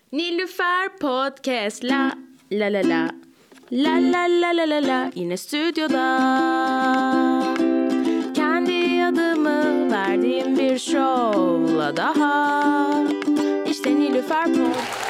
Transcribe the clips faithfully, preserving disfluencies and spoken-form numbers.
Nilüfer Podcast la la la la la la la la la la yine stüdyoda. Kendi adımı verdiğim bir şovla daha. İşte Nilüfer Podcast.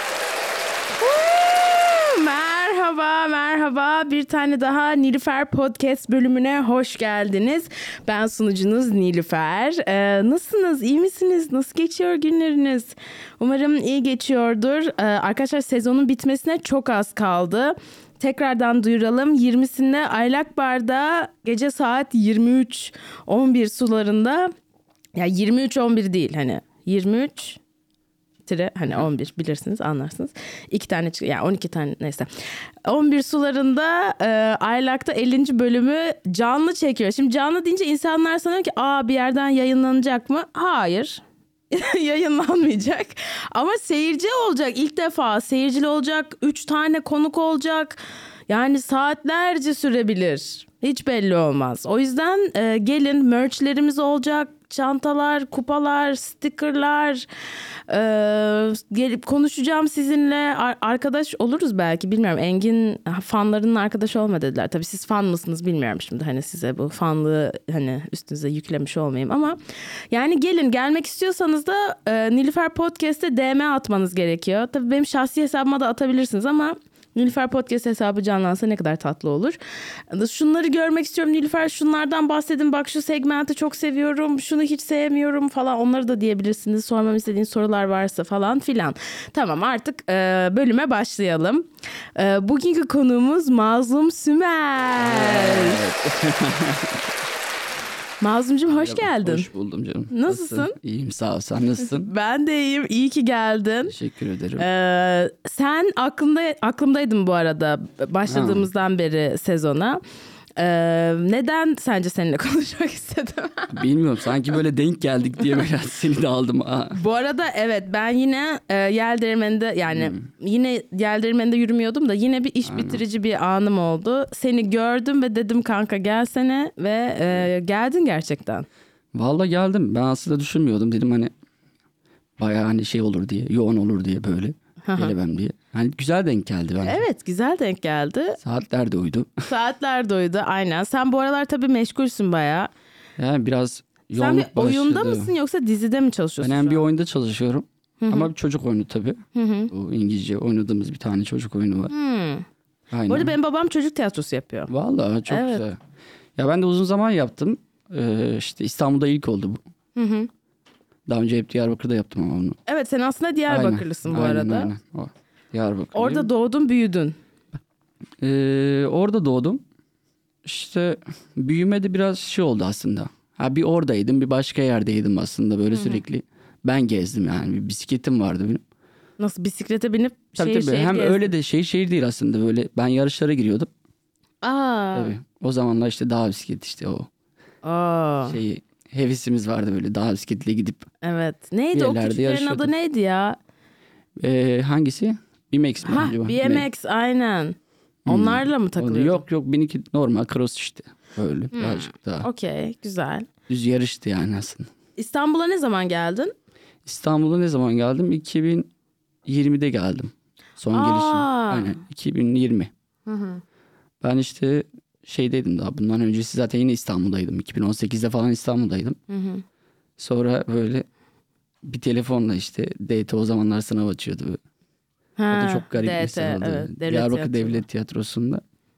Merhaba, merhaba. Bir tane daha Nilüfer Podcast bölümüne hoş geldiniz. Ben sunucunuz Nilüfer. Ee, nasılsınız? İyi misiniz? Nasıl geçiyor günleriniz? Umarım iyi geçiyordur. Ee, arkadaşlar sezonun bitmesine çok az kaldı. Tekrardan duyuralım. yirmisinde Aylak Bar'da gece saat yirmi üç on bir sularında. Ya yirmi üç on bir değil hani yirmi üç hani on bir bilirsiniz, anlarsınız. İki tane çık yani on iki tane neyse. on bir sularında e, Aylak'ta ellinci bölümü canlı çekiyor. Şimdi canlı deyince insanlar sanıyor ki aa bir yerden yayınlanacak mı? Hayır. Yayınlanmayacak. Ama seyirci olacak ilk defa. Seyircili olacak. Üç tane konuk olacak. Yani saatlerce sürebilir. Hiç belli olmaz. O yüzden e, gelin, merchlerimiz olacak. Çantalar, kupalar, stickerlar. E, gelip konuşacağım sizinle. Ar- arkadaş oluruz belki, bilmiyorum. Engin fanlarının arkadaşı olma dediler. Tabii siz fan mısınız bilmiyorum şimdi. Hani size bu fanlığı hani üstünüze yüklemiş olmayayım ama yani gelin, gelmek istiyorsanız da e, Nilüfer Podcast'te D M atmanız gerekiyor. Tabii benim şahsi hesabıma da atabilirsiniz ama Nilüfer Podcast hesabı canlansa ne kadar tatlı olur. Şunları görmek istiyorum Nilüfer, şunlardan bahsedin, bak şu segmenti çok seviyorum, şunu hiç sevmiyorum falan, onları da diyebilirsiniz. Sormam istediğiniz sorular varsa falan filan. Tamam, artık e, bölüme başlayalım. E, bugünkü konuğumuz Mazlum Sümer. Mazlumcum hoş Merhaba, geldin. Hoş buldum canım. Nasılsın? Nasılsın? İyiyim, sağ ol. Sen nasılsın? Ben de iyiyim. İyi ki geldin. Teşekkür ederim. Ee, sen aklımda aklımdaydın bu arada başladığımızdan ha. beri sezona. Ee, neden sence seninle konuşmak istedim? Bilmiyorum, sanki böyle denk geldik diye böyle seni de aldım. Ha. Bu arada evet, ben yine e, yel değirmeninde yani hmm. yine yel değirmeninde yürümüyordum da yine bir iş Aynen. bitirici bir anım oldu. Seni gördüm ve dedim kanka gelsene ve e, geldin gerçekten. Vallahi geldim. Ben aslında düşünmüyordum, dedim hani bayağı hani şey olur diye, yoğun olur diye böyle. Gelemem diye. Hani güzel denk geldi bence. Evet, güzel denk geldi. Saatler de uydu. Saatler de uydu aynen. Sen bu aralar tabii meşgulsün bayağı. Yani biraz yoğunluk Sen bir başladı. oyunda mısın yoksa dizide mi çalışıyorsun? Ben hem bir oyunda çalışıyorum. Hı-hı. Ama bir çocuk oyunu tabii. Hı-hı. Bu İngilizce oynadığımız bir tane çocuk oyunu var. Hı. Aynen. Bu arada benim babam çocuk tiyatrosu yapıyor. Vallahi çok evet. güzel. Ya ben de uzun zaman yaptım. Ee, işte İstanbul'da ilk oldu bu. Hı hı. Daha önce hep Diyarbakır'da yaptım ama onu. Evet, sen aslında Diyarbakırlısın aynen, bu aynen, arada. Aynen aynen. Diyarbakırlıyım. Orada doğdun, büyüdün. Ee, orada doğdum. İşte büyüme de biraz şey oldu aslında. Ha, bir oradaydım, bir başka yerdeydim aslında böyle Hı-hı. sürekli. Ben gezdim yani, bir bisikletim vardı benim. Nasıl, bisiklete binip tabii, şehir tabii. şehir Hem gezdin? öyle de şey şehir değil aslında, böyle ben yarışlara giriyordum. Aa. Tabii. O zamanlar işte dağ bisikleti işte o. Aa. Şey hevesimiz vardı böyle dağ bisikletle gidip. Evet. Neydi o küçüklerin adı, neydi ya? Ee, hangisi? B M X mi? Ha, B M X aynen. Onlarla hmm. mı takılıyordun? Yok yok, benimki normal cross işte. Öyle hmm. birazcık daha. Okey, güzel. Düz yarıştı yani aslında. İstanbul'a ne zaman geldin? İstanbul'a ne zaman geldim? iki bin yirmide geldim. Son Aa. gelişim. Aynen iki bin yirmi. Hı hı. Ben işte şeydeydim daha, bundan öncesi zaten yine İstanbul'daydım. iki bin on sekizde falan İstanbul'daydım. Hı hı. Sonra böyle bir telefonla işte D T o zamanlar sınav açıyordu. Ha, o da çok garip bir sınavdı. Evet, Diyarbakır Devlet Tiyatrosu'nda.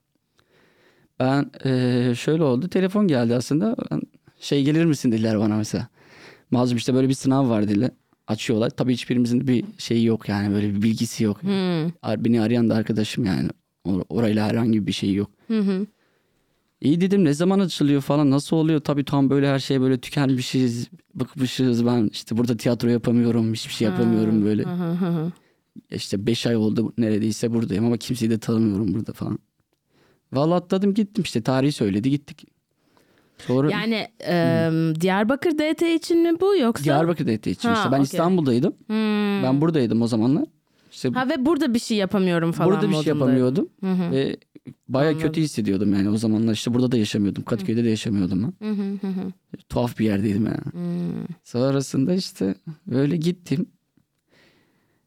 Ben e, şöyle oldu. Telefon geldi aslında. Ben, şey gelir misin dediler bana mesela. Mazlum işte böyle bir sınav var dediler. Açıyorlar. Tabii hiçbirimizin bir şeyi yok yani, böyle bir bilgisi yok. Hmm. Beni arayan da arkadaşım yani. Or- orayla herhangi bir şey yok. Hı hı. İyi dedim, ne zaman açılıyor falan, nasıl oluyor? Tabii tam böyle her şey böyle tükenmişiz, bıkmışız. Ben işte burada tiyatro yapamıyorum, hiçbir şey yapamıyorum ha, böyle. Hı hı. İşte beş ay oldu neredeyse buradayım ama kimseyi de tanımıyorum burada falan. Vallahi atladım gittim, işte tarihi söyledi gittik. Sonra, yani e, Diyarbakır D T için mi bu yoksa? Diyarbakır D T için ha, işte ben okay. İstanbul'daydım. Hmm. Ben buradaydım o zamanlar. İşte, ha ve burada bir şey yapamıyorum falan. Burada bir şey yapamıyordum. Hı hı. Ve baya Anladım. kötü hissediyordum yani o zamanlar, işte burada da yaşamıyordum. Kadıköy'de hı. de yaşamıyordum ben. Hı hı hı. Tuhaf bir yerdeydim yani. Hı. Sonrasında işte böyle gittim.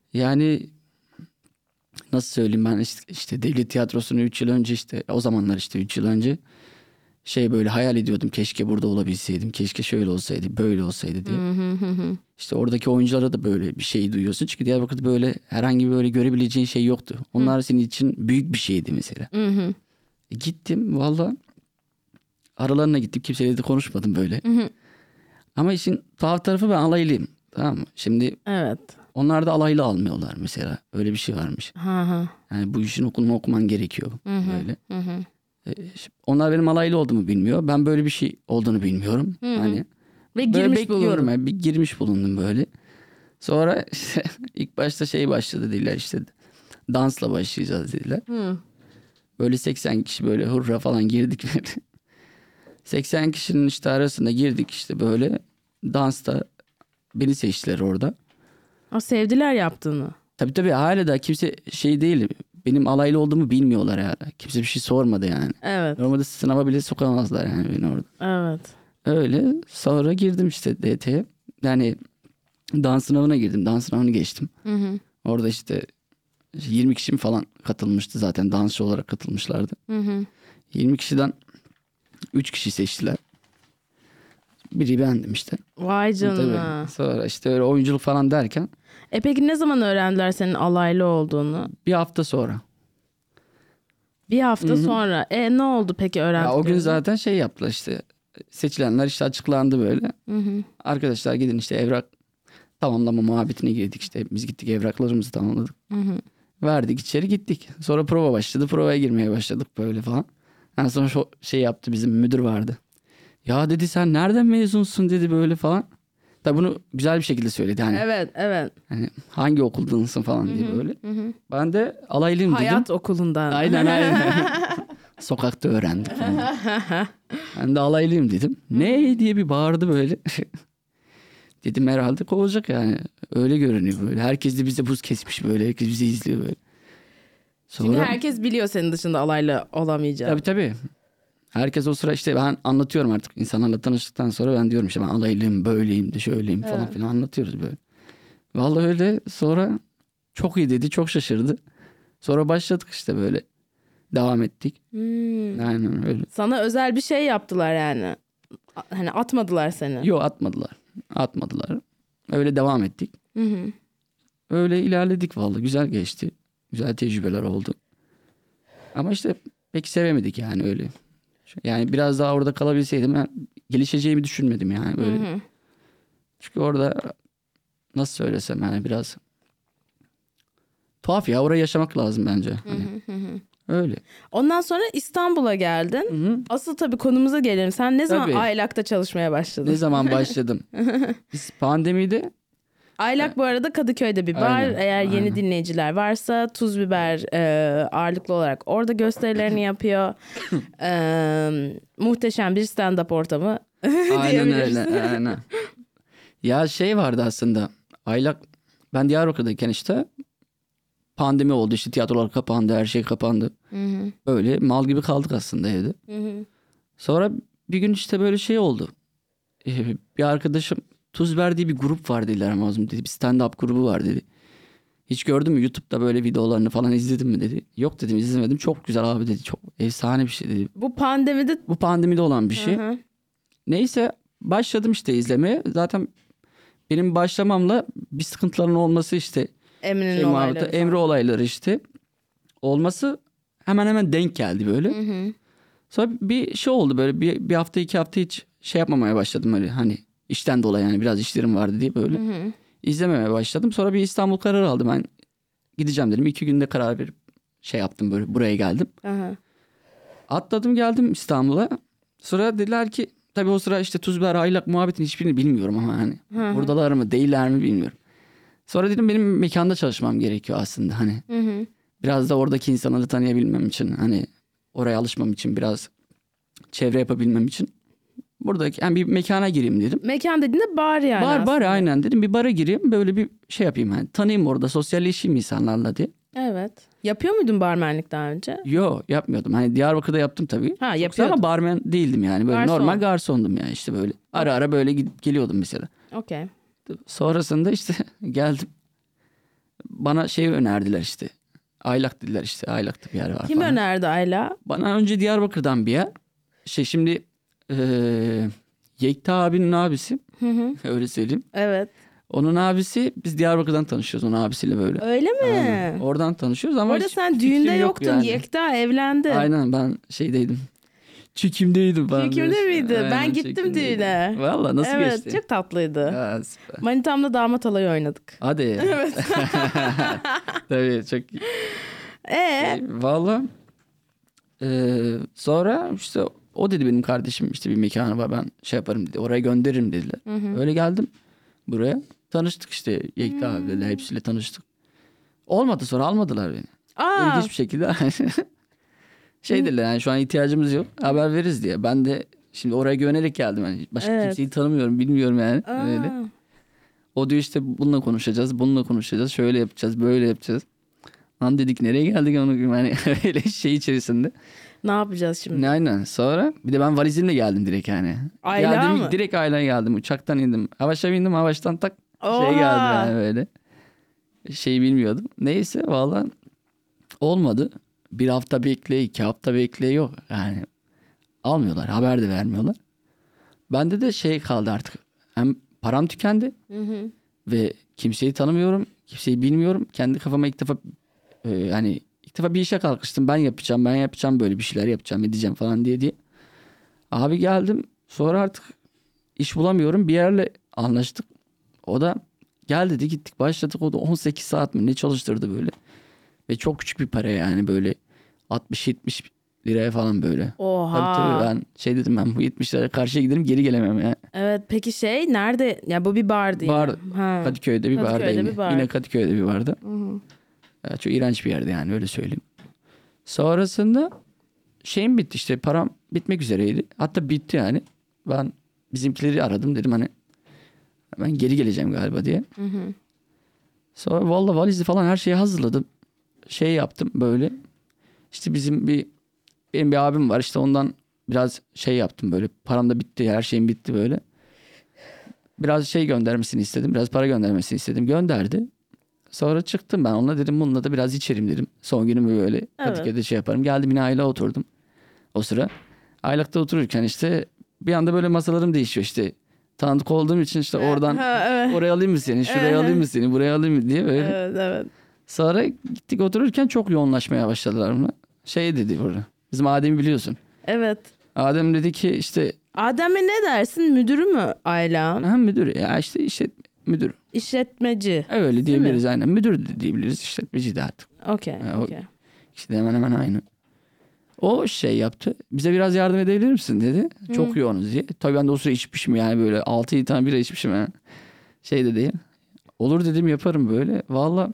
Yani nasıl söyleyeyim, ben işte, işte devlet tiyatrosunu üç yıl önce, işte o zamanlar işte üç yıl önce şey böyle hayal ediyordum. Keşke burada olabilseydim. Keşke şöyle olsaydı, böyle olsaydı diye. İşte oradaki oyunculara da böyle bir şey duyuyorsun. Çünkü Diyarbakır'da böyle herhangi böyle görebileceğin şey yoktu. Onlar senin için büyük bir şeydi mesela. E, gittim valla. Aralarına gittim. Kimseyle de konuşmadım böyle. Ama işin tuhaf tarafı, ben alaylıyım. Tamam mı? Şimdi evet. onlar da alaylı almıyorlar mesela. Öyle bir şey varmış. Yani bu işin okulunu okuman gerekiyor. Böyle. E, onlar benim alaylı olduğumu bilmiyor. Ben böyle bir şey olduğunu bilmiyorum. Hani ve girmiş bekliyorum. bulundum. Yani bir girmiş bulundum böyle. Sonra işte ilk başta şey başladı dediler, işte dansla başlayacağız dediler. Hı. Böyle seksen kişi böyle hurra falan girdik böyle. seksen kişinin işte arasında girdik işte böyle. Dansta beni seçtiler orada. O sevdiler yaptığını. Tabii tabii, hala da kimse şey değil. Benim alaylı olduğumu bilmiyorlar hala. Kimse bir şey sormadı yani. Evet. Normalde sınava bile sokamazlar yani beni orada. Evet. Öyle. Sonra girdim işte D T'ye. Yani dans sınavına girdim. Dans sınavını geçtim. Hı hı. Orada işte yirmi kişi mi falan katılmıştı zaten. Dansçı olarak katılmışlardı. Hı hı. yirmi kişiden üç kişi seçtiler. Biri bendim işte. Vay canına. Tabii. Sonra işte öyle oyunculuk falan derken. E peki ne zaman öğrendiler senin alaylı olduğunu? Bir hafta sonra. Bir hafta Hı-hı. sonra. E ne oldu peki öğrendiklerinde? Ya o gün zaten şey yaptılar işte. Seçilenler işte açıklandı böyle. Hı-hı. Arkadaşlar gidin işte evrak tamamlama muhabbetine girdik işte. Biz gittik, evraklarımızı tamamladık. Hı-hı. Verdik, içeri gittik. Sonra prova başladı. Provaya girmeye başladık böyle falan. Yani sonra şu şey yaptı, bizim müdür vardı. Ya dedi, sen nereden mezunsun dedi böyle falan. Tabii bunu güzel bir şekilde söyledi. Hani, evet evet. Hani hangi okuldansın falan diye böyle. Hı hı. Ben de alaylıyım dedim. Hayat okulundan. Aynen aynen. Sokakta öğrendik falan. Ben de alaylıyım dedim. Ne diye bir bağırdı böyle. Dedim herhalde kovacak yani. Öyle görünüyor böyle. Herkes de bize buz kesmiş böyle. Herkes bizi izliyor böyle. Sonra... Çünkü herkes biliyor senin dışında alaylı olamayacağını. Tabii tabii. Herkes o sıra işte ben anlatıyorum artık. İnsanlarla tanıştıktan sonra ben diyorum işte ben alaylıyım, böyleyim de şöyleyim falan evet. filan anlatıyoruz böyle. Vallahi öyle. Sonra çok iyi dedi, çok şaşırdı. Sonra başladık işte böyle. Devam ettik. Hmm. Aynen öyle. Sana özel bir şey yaptılar yani. Hani atmadılar seni. Yok, atmadılar. Atmadılar. Öyle devam ettik. Hı hı. Öyle ilerledik vallahi. Güzel geçti. Güzel tecrübeler oldu. Ama işte pek sevemedik yani öyle. Yani biraz daha orada kalabilseydim ben gelişeceğimi düşünmedim yani böyle. Hı hı. Çünkü orada nasıl söylesem yani biraz tuhaf ya, orayı yaşamak lazım bence. Hani hı hı. Öyle. Ondan sonra İstanbul'a geldin. Hı hı. Asıl tabii konumuza gelelim. Sen ne zaman tabii. Aylak'ta çalışmaya başladın? Ne zaman başladım? Biz pandemide. Aylak bu arada Kadıköy'de bir bar. Aynen, Eğer yeni aynen. dinleyiciler varsa Tuz Biber e, ağırlıklı olarak orada gösterilerini yapıyor. e, muhteşem bir stand-up ortamı. Aynen öyle. Aynen. Ya şey vardı aslında. Aylak, ben Diyarbakır'dayken işte pandemi oldu, işte tiyatrolar kapandı, her şey kapandı. Hı hı. Öyle mal gibi kaldık aslında evde. Hı hı. Sonra bir gün işte böyle şey oldu. Ee, bir arkadaşım Tuz Biber diye bir grup var dediler, Ramazan dedi. Bir stand-up grubu var dedi. Hiç gördün mü YouTube'da böyle videolarını falan izledin mi dedi. Yok dedim, izlemedim. Çok güzel abi dedi. Çok efsane bir şey dedi. Bu pandemide? Bu pandemide olan bir şey. Hı hı. Neyse başladım işte izlemeye. Zaten benim başlamamla bir sıkıntıların olması işte. Emre'nin şey, olayları. Emre olayları işte. Olması hemen hemen denk geldi böyle. Hı hı. Sonra bir şey oldu böyle bir, bir hafta iki hafta hiç şey yapmamaya başladım öyle hani işten dolayı yani biraz işlerim vardı diye böyle. Hı hı. İzlememeye başladım. Sonra bir İstanbul kararı aldım, ben gideceğim dedim. İki günde karar verip şey yaptım böyle, buraya geldim. Hı hı. Atladım geldim İstanbul'a. Sonra dediler ki tabii o sıra işte Tuz Biber Aylak muhabbetin hiçbirini bilmiyorum ama hani hı hı. buradalar mı değiller mi bilmiyorum. Sonra dedim benim mekanda çalışmam gerekiyor aslında hani. Hı hı. Biraz da oradaki insanları tanıyabilmem için hani oraya alışmam için biraz çevre yapabilmem için. Buradaki yani bir mekana gireyim dedim. Mekan dediğinde bar yani Bar aslında. bar aynen dedim, bir bara gireyim böyle bir şey yapayım hani tanıyayım orada, sosyalleşeyim insanlarla diye. Evet. Yapıyor muydun barmenlik daha önce? Yok, yapmıyordum. Hani Diyarbakır'da yaptım tabii. Ha, yapıyordum. Ama barmen değildim yani. Böyle garson. Normal garsondum yani işte böyle. Ara ara böyle geliyordum mesela. Okey. Sonrasında işte geldim. bana şey önerdiler işte. Aylak dediler işte. Aylak'ta bir yer var Kim falan. önerdi Ayla? Bana önce Diyarbakır'dan bir yer. Şey şimdi eee Yekta abinin abisi. Hı hı. Öyle söyleyeyim. Evet. Onun abisi, biz Diyarbakır'dan tanışıyoruz onun abisiyle böyle. Öyle mi? Aynen. Oradan tanışıyoruz ama Orada hiç sen fikrim düğünde yok yoktun. yani. Yekta evlendi. Aynen, ben şeydeydim. Çekimdeydim falan. Çekimde böyle. miydi? Aynen, Ben gittim çekimdeydim. düğüne. Valla nasıl evet, geçti? çok tatlıydı. Ya, süper. Manitamla damat alayı oynadık. Hadi. Evet. Tabii çok iyi. Ee? Valla ee, sonra işte o dedi, benim kardeşim işte bir mekanı var, ben şey yaparım dedi. Oraya gönderirim dediler. Hı hı. Öyle geldim buraya. Tanıştık işte Yekta Hmm. abiyle, hepsiyle tanıştık. Olmadı, sonra almadılar beni. Aa, İlginç bir şekilde. Şey dediler yani, şu an ihtiyacımız yok, haber veririz diye. Ben de şimdi oraya güvenerek geldim. Yani başka Evet. kimseyi tanımıyorum, bilmiyorum yani. aa. Öyle. O diyor işte bununla konuşacağız, bununla konuşacağız, şöyle yapacağız, böyle yapacağız. Lan dedik, nereye geldik onu, yani öyle şey içerisinde. Ne yapacağız şimdi? Ne, aynen. Sonra bir de ben valizimle geldim direkt yani. Ayla geldim, mı? Direkt Ayla'ya geldim. Uçaktan indim. Havaşa bindim. Havaştan tak Oha. şey geldi yani böyle. Şeyi bilmiyordum. Neyse valla olmadı. Bir hafta bekle, iki hafta bekle, yok. Yani almıyorlar. Haber de vermiyorlar. Bende de şey kaldı artık. Hem param tükendi. Hı hı. Ve kimseyi tanımıyorum. Kimseyi bilmiyorum. Kendi kafama ilk defa e, yani ilk defa bir işe kalkıştım. Ben yapacağım, ben yapacağım, böyle bir şeyler yapacağım, edeceğim falan diye diye. Abi geldim. Sonra artık iş bulamıyorum. Bir yerle anlaştık. O da gel dedi, gittik başladık. O da on sekiz saat mi ne çalıştırdı böyle. Ve çok küçük bir para yani, böyle altmış yetmiş liraya falan böyle. Oha. Tabii tabii, ben şey dedim, ben bu yetmiş liraya karşıya giderim, geri gelemem ya. Evet, peki şey nerede? Ya bu bir bardı yine. Bar, Ha. Kadıköy'de bir Kadıköy'de barda yine. bir bar. Yine Kadıköy'de bir barda. Hı hı. Ya çok iğrenç bir yerdi yani, öyle söyleyeyim. Sonrasında şeyim bitti işte, param bitmek üzereydi. Hatta bitti yani. Ben bizimkileri aradım, dedim hani ben geri geleceğim galiba diye. Hı hı. Sonra valla valizi falan her şeyi hazırladım. Şey yaptım böyle. İşte bizim bir benim bir abim var, işte ondan biraz şey yaptım böyle. Param da bitti, her şeyim bitti böyle. Biraz şey göndermesini istedim. Biraz para göndermesini istedim. Gönderdi. Sonra çıktım ben onunla, dedim bununla da biraz içerim dedim. Son günümü böyle Kadıköy'de şey yaparım. Geldim yine Ayla oturdum o sıra. Aylak'ta otururken işte bir anda böyle masalarım değişiyor işte. Tanıdık olduğum için işte oradan Ha, evet. oraya alayım mı seni, şuraya Evet. alayım mı seni, buraya alayım mı diye böyle. Evet, evet. Sonra gittik otururken çok yoğunlaşmaya başladılar buna. Şey dedi burada. Bizim Adem'i biliyorsun. Evet. Adem dedi ki işte Adem'e ne dersin? Müdürü mü Ayla? hem müdür ya işte işlet müdür. İşletmeci. Öyle diyebiliriz aynen. Müdür de diyebiliriz, işletmeci de artık. Okey. Ha, o- okey. İşte hemen hemen aynı. O şey yaptı. Bize biraz yardım edebilir misin dedi. Çok yoğunuz diye. Tabii ben de o sıra içmişim yani, böyle altı yedi tane bira içmişim. Yani. Şey de değil. Olur dedim, yaparım böyle. Valla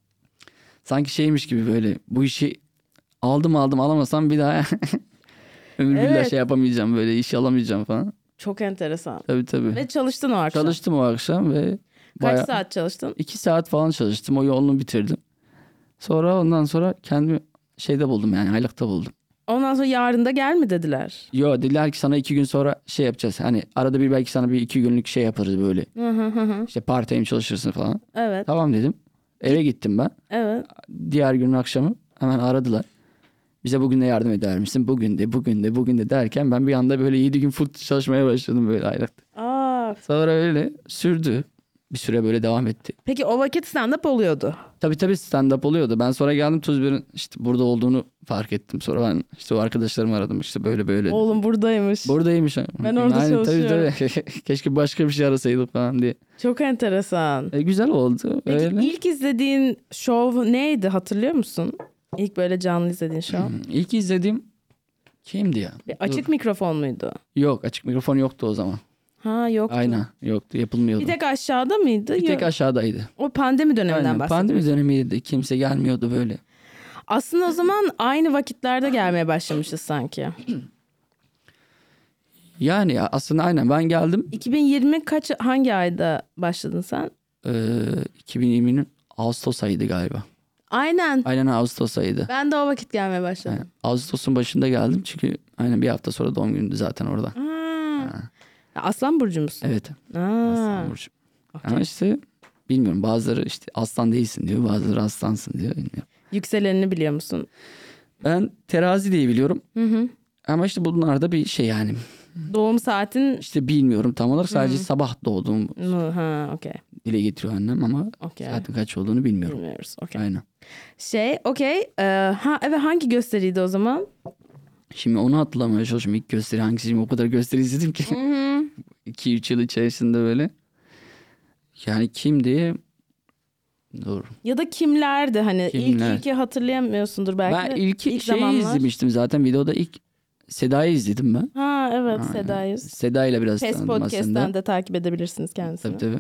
sanki şeymiş gibi böyle, bu işi aldım aldım alamasam bir daha ömür billah Evet. şey yapamayacağım, böyle iş alamayacağım falan. Çok enteresan. Tabii tabii. Ve çalıştın o akşam. Çalıştım o akşam ve Kaç bayağı saat çalıştın? iki saat falan çalıştım. O yoğunluğu bitirdim. Sonra ondan sonra kendimi şeyde buldum yani, Aylak'ta buldum. Ondan sonra yarın da gel mi dediler? Yo, dediler ki sana iki gün sonra şey yapacağız. Hani arada bir belki sana bir iki günlük şey yaparız böyle. Hı hı hı hı. İşte part time çalışırsın falan. Evet. Tamam dedim. Eve gittim ben. Evet. Diğer günün akşamı hemen aradılar. Bize bugün de yardım eder misin? Bugün de bugün de bugün de derken ben bir anda böyle yedi gün full çalışmaya başladım böyle Aylak'ta. Aa, Sonra öyle sürdü. Bir süre böyle devam etti. peki o vakit stand-up oluyordu. Tabii tabii stand-up oluyordu. Ben sonra geldim Tuz bir'in işte burada olduğunu fark ettim. Sonra ben işte o arkadaşlarımı aradım, işte böyle böyle. Oğlum buradaymış. Buradaymış. Ben orada çalışıyorum. Tabii tabii. Keşke başka bir şey arasaydık falan diye. Çok enteresan. E, güzel oldu. Peki Öyle. ilk izlediğin şov neydi, hatırlıyor musun? İlk böyle canlı izlediğin şov. Hmm, İlk izlediğim kimdi ya? Bir açık Dur. mikrofon muydu? Yok, açık mikrofon yoktu o zaman. Ha, yoktu. Aynen yoktu, yapılmıyordu. Bir tek aşağıda mıydı? Bir tek Yok. aşağıdaydı. O pandemi döneminden Aynen, bahsediyorsun. pandemi dönemiydi. Kimse gelmiyordu böyle. Aslında o zaman aynı vakitlerde gelmeye başlamışız sanki. Yani ya, aslında aynen ben geldim. iki bin yirmi kaç, hangi ayda başladın sen? Ee, iki bin yirminin Ağustos ayıydı galiba. Aynen. Aynen Ağustos ayıydı. Ben de o vakit gelmeye başladım. Yani Ağustos'un başında geldim çünkü aynen bir hafta sonra doğum günüydü zaten orada. Ha. Aslan burcu musun? Evet. Aa. Aslan burcu. Okey. Ama işte bilmiyorum, bazıları işte aslan değilsin diyor, bazıları aslansın diyor. Bilmiyorum. Yükselenini biliyor musun? Ben terazi diye biliyorum. Hı hı. Ama işte bunlar da bir şey yani. Doğum saatin... İşte bilmiyorum tam olarak, sadece hı. sabah doğduğum ha, okay. dile getiriyor annem ama okay. saatin kaç olduğunu bilmiyorum. Bilmiyoruz. Okay. Aynen. Şey okey. Ee, ha, evet, hangi gösteriydi o zaman? Şimdi onu hatırlamaya çalışıyorum. İlk gösteri hangisi? Şimdi o kadar gösteri izledim ki. iki üç yıl içerisinde böyle. Yani kimdi? Dur. Ya da kimlerdi hani? Kimler? İlk ilki hatırlayamıyorsundur belki. Ben ilk, ilk şeyi zamanlar... izlemiştim zaten. Videoda ilk Seda'yı izledim ben. Ha evet, Seda'yı. Seda ile biraz Pes tanıdım aslında. Podcast'ten de takip edebilirsiniz kendisini. Tabii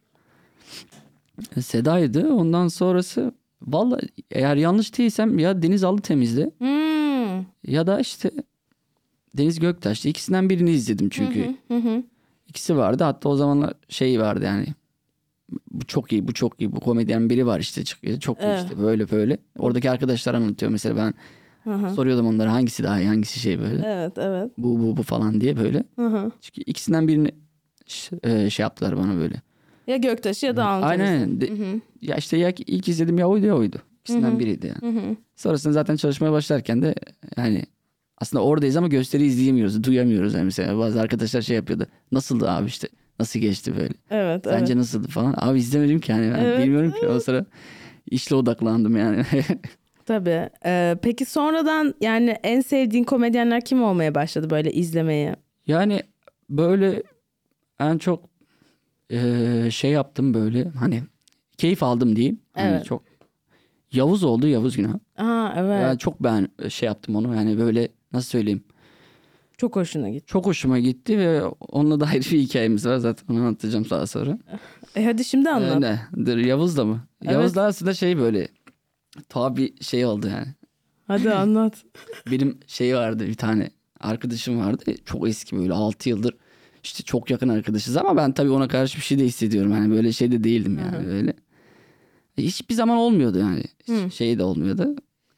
tabii. Seda'ydı. Ondan sonrası vallahi eğer yanlış değilsem ya Deniz Allıtemiz'di. Hmm. Ya da işte Deniz Göktaş'tı. İkisinden birini izledim çünkü. Hı hı hı. İkisi vardı. Hatta o zamanlar şey vardı yani. Bu çok iyi, bu çok iyi. Bu komedyen biri var işte, çıkıyor. Çok iyi Evet. işte, böyle böyle. Oradaki arkadaşlar anlatıyor mesela, ben hı hı. soruyordum onlara hangisi daha iyi, hangisi şey böyle. Evet evet. Bu bu bu falan diye böyle. Hı hı. Çünkü ikisinden birini şey, şey yaptılar bana böyle. Ya Göktaş'ı ya da Antalya'sı. Aynen. De, ya işte ya ilk izledim ya oydu ya oydu. İkisinden hı hı. biriydi yani. Hı hı. Sonrasında zaten çalışmaya başlarken de yani aslında oradayız ama gösteri izleyemiyoruz, duyamıyoruz yani. Mesela bazı arkadaşlar şey yapıyordu. Nasıldı abi işte? Nasıl geçti böyle? Evet. Sence evet. nasıldı falan? Abi izlemedim ki yani. Ben evet, bilmiyorum ki. O sıra işle odaklandım yani. Tabii. Ee, peki sonradan yani en sevdiğin komedyenler kim olmaya başladı böyle izlemeye? Yani böyle en çok e, şey yaptım böyle, hani keyif aldım diyeyim. Evet. Hani çok Yavuz oldu, Yavuz Günah. Aa evet. Yani çok ben şey yaptım onu, yani böyle nasıl söyleyeyim? Çok hoşuna gitti. Çok hoşuma gitti ve onunla dair bir hikayemiz var, zaten onu anlatacağım daha sonra. E hadi şimdi anlat. Ee, ne? Dur, Yavuz da mı? Evet. Yavuz da aslında şey böyle tuhaf bir şey oldu yani. Hadi anlat. Benim şey vardı, bir tane arkadaşım vardı. Çok eski, böyle altı yıldır işte çok yakın arkadaşız ama ben tabii ona karşı bir şey de hissediyorum. Yani böyle şey de değildim yani. Hı-hı. Böyle. Hiçbir zaman olmuyordu yani. Hı. Şey de olmuyordu.